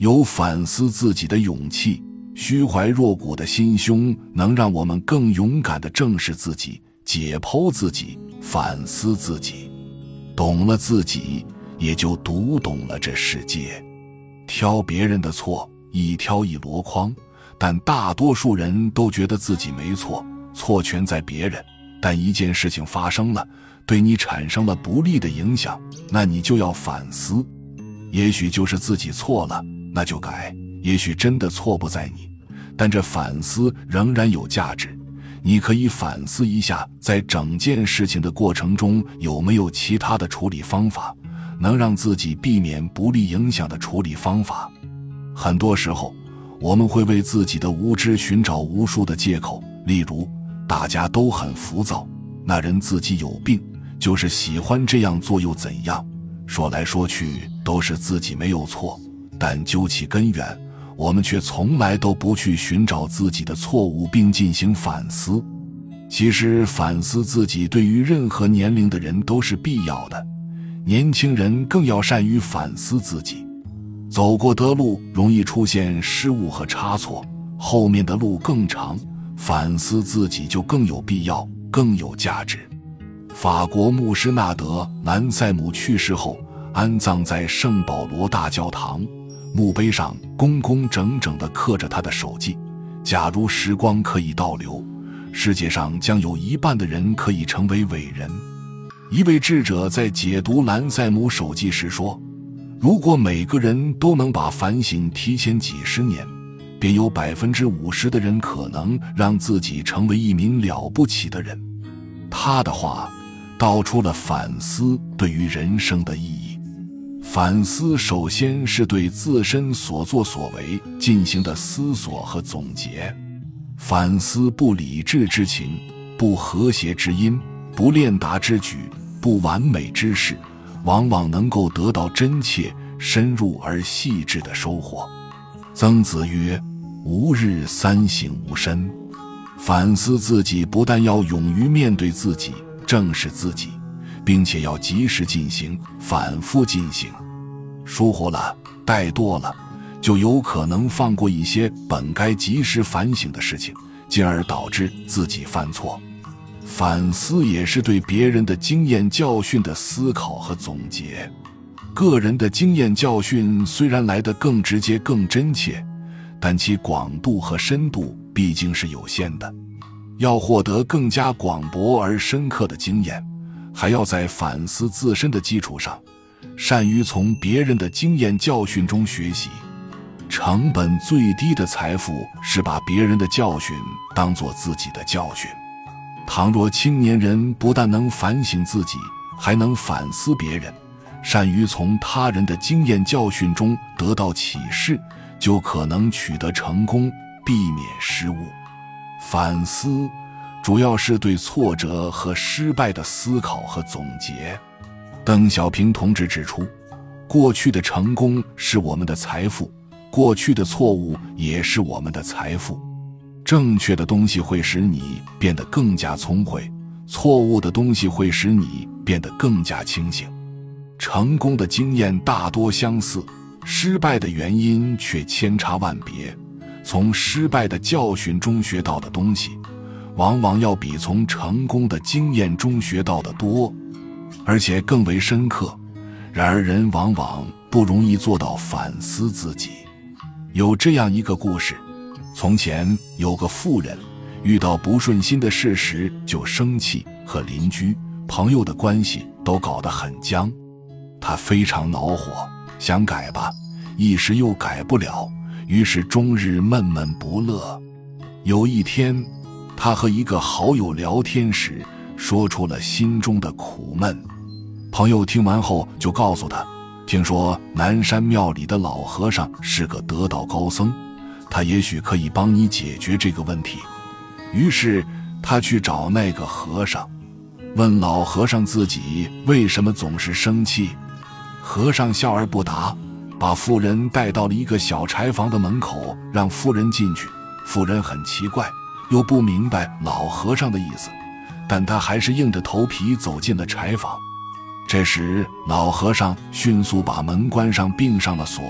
有反思自己的勇气，虚怀若谷的心胸能让我们更勇敢地正视自己，解剖自己，反思自己。懂了自己，也就读懂了这世界。挑别人的错，一挑一箩筐，但大多数人都觉得自己没错，错全在别人。但一件事情发生了，对你产生了不利的影响，那你就要反思。也许就是自己错了，那就改，也许真的错不在你，但这反思仍然有价值。你可以反思一下，在整件事情的过程中有没有其他的处理方法，能让自己避免不利影响的处理方法。很多时候，我们会为自己的无知寻找无数的借口，例如大家都很浮躁，那人自己有病，就是喜欢这样做又怎样？说来说去都是自己没有错，但究其根源，我们却从来都不去寻找自己的错误并进行反思。其实反思自己对于任何年龄的人都是必要的，年轻人更要善于反思自己。走过的路容易出现失误和差错，后面的路更长，反思自己就更有必要，更有价值。法国牧师纳德·兰塞姆去世后，安葬在圣保罗大教堂，墓碑上工工整整地刻着他的手记：假如时光可以倒流，世界上将有一半的人可以成为伟人。一位智者在解读兰塞姆手记时说，如果每个人都能把反省提前几十年，便有 50% 的人可能让自己成为一名了不起的人。他的话道出了反思对于人生的意义。反思首先是对自身所作所为进行的思索和总结。反思不理智之情，不和谐之音，不练达之举，不完美之事，往往能够得到真切、深入而细致的收获。曾子曰：吾日三省吾身。反思自己不但要勇于面对自己，正视自己，并且要及时进行，反复进行。疏忽了，怠惰了，就有可能放过一些本该及时反省的事情，进而导致自己犯错。反思也是对别人的经验教训的思考和总结。个人的经验教训虽然来得更直接更真切，但其广度和深度毕竟是有限的。要获得更加广博而深刻的经验，还要在反思自身的基础上，善于从别人的经验教训中学习。成本最低的财富是把别人的教训当作自己的教训。倘若青年人不但能反省自己，还能反思别人，善于从他人的经验教训中得到启示，就可能取得成功，避免失误。反思主要是对挫折和失败的思考和总结。邓小平同志指出，过去的成功是我们的财富，过去的错误也是我们的财富。正确的东西会使你变得更加聪慧，错误的东西会使你变得更加清醒。成功的经验大多相似，失败的原因却千差万别。从失败的教训中学到的东西，往往要比从成功的经验中学到的多，而且更为深刻。然而人往往不容易做到反思自己。有这样一个故事，从前有个妇人，遇到不顺心的事时就生气，和邻居、朋友的关系都搞得很僵。她非常恼火，想改吧，一时又改不了，于是终日闷闷不乐。有一天，他和一个好友聊天时，说出了心中的苦闷。朋友听完后就告诉他，听说南山庙里的老和尚是个得道高僧，他也许可以帮你解决这个问题。于是他去找那个和尚，问老和尚自己为什么总是生气。和尚笑而不答，把妇人带到了一个小柴房的门口，让妇人进去。妇人很奇怪，又不明白老和尚的意思，但他还是硬着头皮走进了柴房。这时老和尚迅速把门关上，并上了锁，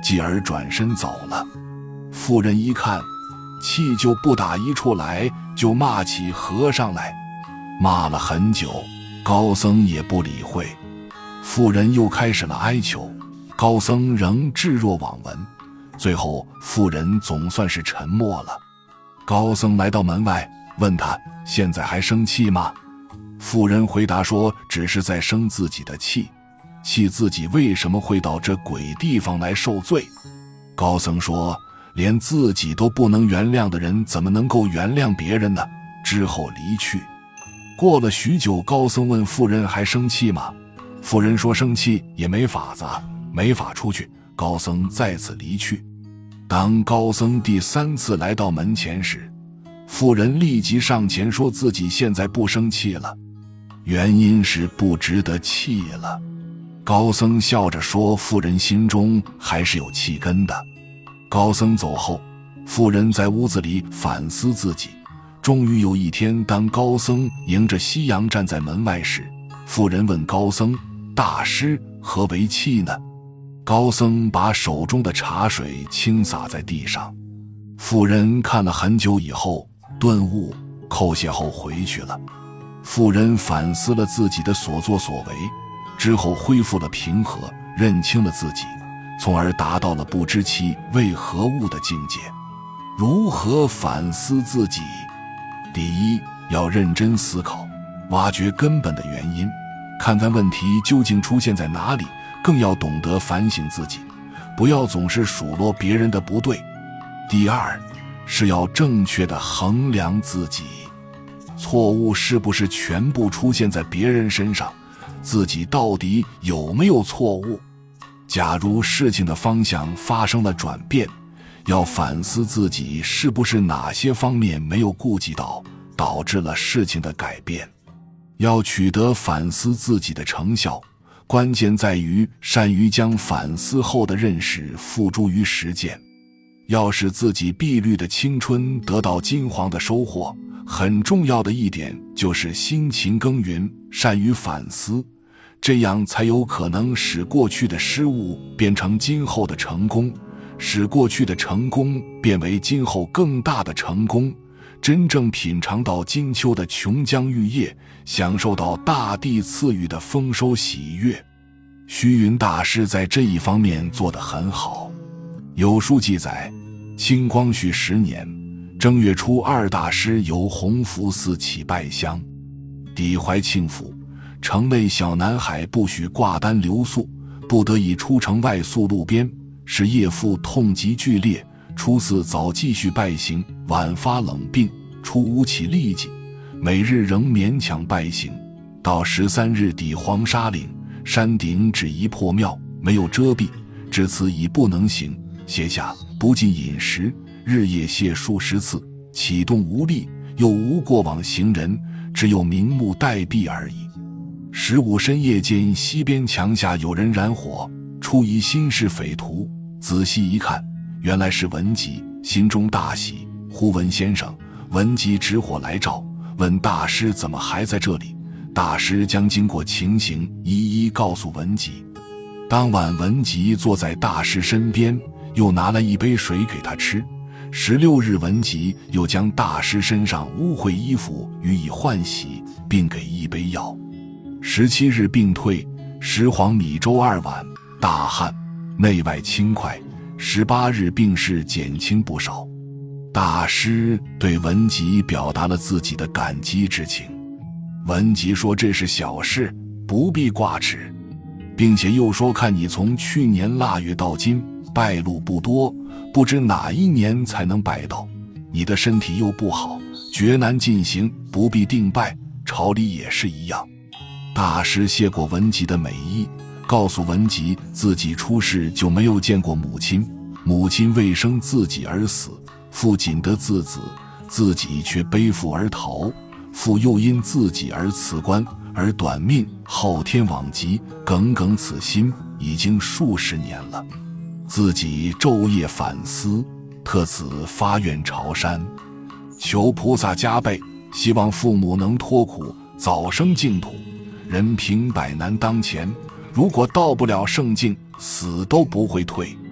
继而转身走了。妇人一看，气就不打一处来，就骂起和尚来，骂了很久，高僧也不理会。妇人又开始了哀求，高僧仍置若罔闻。最后妇人总算是沉默了。高僧来到门外，问他现在还生气吗？妇人回答说，只是在生自己的气，气自己为什么会到这鬼地方来受罪。高僧说，连自己都不能原谅的人，怎么能够原谅别人呢？之后离去。过了许久，高僧问妇人还生气吗？妇人说，生气也没法子，没法出去。高僧再次离去。当高僧第3次来到门前时，妇人立即上前说自己现在不生气了，原因是不值得气了。高僧笑着说，妇人心中还是有气根的。高僧走后，妇人在屋子里反思自己。终于有一天，当高僧迎着夕阳站在门外时，妇人问高僧，大师，何为气呢？高僧把手中的茶水倾洒在地上。妇人看了很久以后顿悟，叩谢后回去了。妇人反思了自己的所作所为之后，恢复了平和，认清了自己，从而达到了不知气为何物的境界。如何反思自己？第一，要认真思考，挖掘根本的原因，看看问题究竟出现在哪里，更要懂得反省自己，不要总是数落别人的不对。第二，是要正确地衡量自己，错误是不是全部出现在别人身上，自己到底有没有错误？假如事情的方向发生了转变，要反思自己是不是哪些方面没有顾及到，导致了事情的改变。要取得反思自己的成效，关键在于善于将反思后的认识付诸于实践。要使自己碧绿的青春得到金黄的收获，很重要的一点就是辛勤耕耘，善于反思，这样才有可能使过去的失误变成今后的成功，使过去的成功变为今后更大的成功，真正品尝到金秋的琼浆玉液，享受到大地赐予的丰收喜悦。虚云大师在这一方面做得很好。有书记载，清光绪10年正月初2，大师由弘福寺起拜香，抵怀庆府，城内小男孩不许挂单留宿，不得已出城外宿路边，使叶父痛极剧烈。初4早继续拜行，晚发冷病，初5起痢疾，每日仍勉强拜行。到13日抵黄沙岭，山顶只一破庙，没有遮蔽，至此已不能行，斜下不进饮食，日夜泻数十次，启动无力，又无过往行人，只有明目待毙而已。15深夜间，西边墙下有人燃火，出疑心是匪徒，仔细一看，原来是文吉，心中大喜，呼闻先生。文吉执火来照，问大师怎么还在这里。大师将经过情形一一告诉文吉。当晚文吉坐在大师身边，又拿了一杯水给他吃。16日文吉又将大师身上污秽衣服予以换洗，并给一杯药。17日病退，食黄米粥2碗，大汗，内外轻快。18日病势减轻不少。大师对文吉表达了自己的感激之情。文吉说这是小事，不必挂齿，并且又说看你从去年腊月到今拜路不多，不知哪一年才能拜到，你的身体又不好，绝难进行，不必定拜，朝里也是一样。大师谢过文吉的美意，告诉文吉自己出世就没有见过母亲，母亲为生自己而死，父仅得自子，自己却背负而逃，父又因自己而辞官而短命，后天往极，耿耿此心已经数十年了。自己昼夜反思，特此发愿朝山，求菩萨加倍，希望父母能脱苦，早生净土。人平百难当前，如果到不了圣境，死都不会退。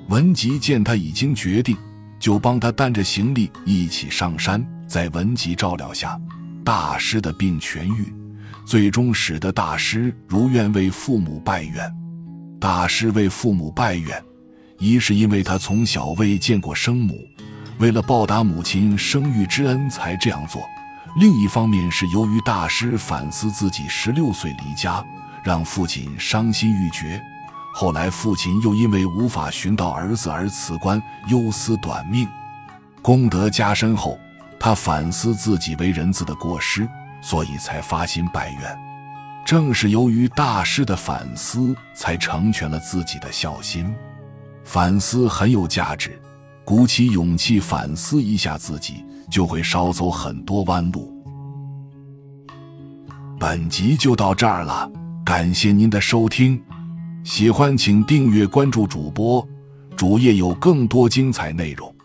文吉见他已经决定，就帮他担着行李一起上山。在文吉照料下，大师的病痊愈，最终使得大师如愿为父母拜愿。大师为父母拜愿，一是因为他从小未见过生母，为了报答母亲生育之恩才这样做；另一方面是由于大师反思自己16岁离家，让父亲伤心欲绝，后来父亲又因为无法寻到儿子而辞官，忧思短命。功德加深后，他反思自己为人子的过失，所以才发心拜愿。正是由于大师的反思，才成全了自己的孝心。反思很有价值，鼓起勇气反思一下自己，就会少走很多弯路。本集就到这儿了，感谢您的收听，喜欢请订阅关注主播，主页有更多精彩内容。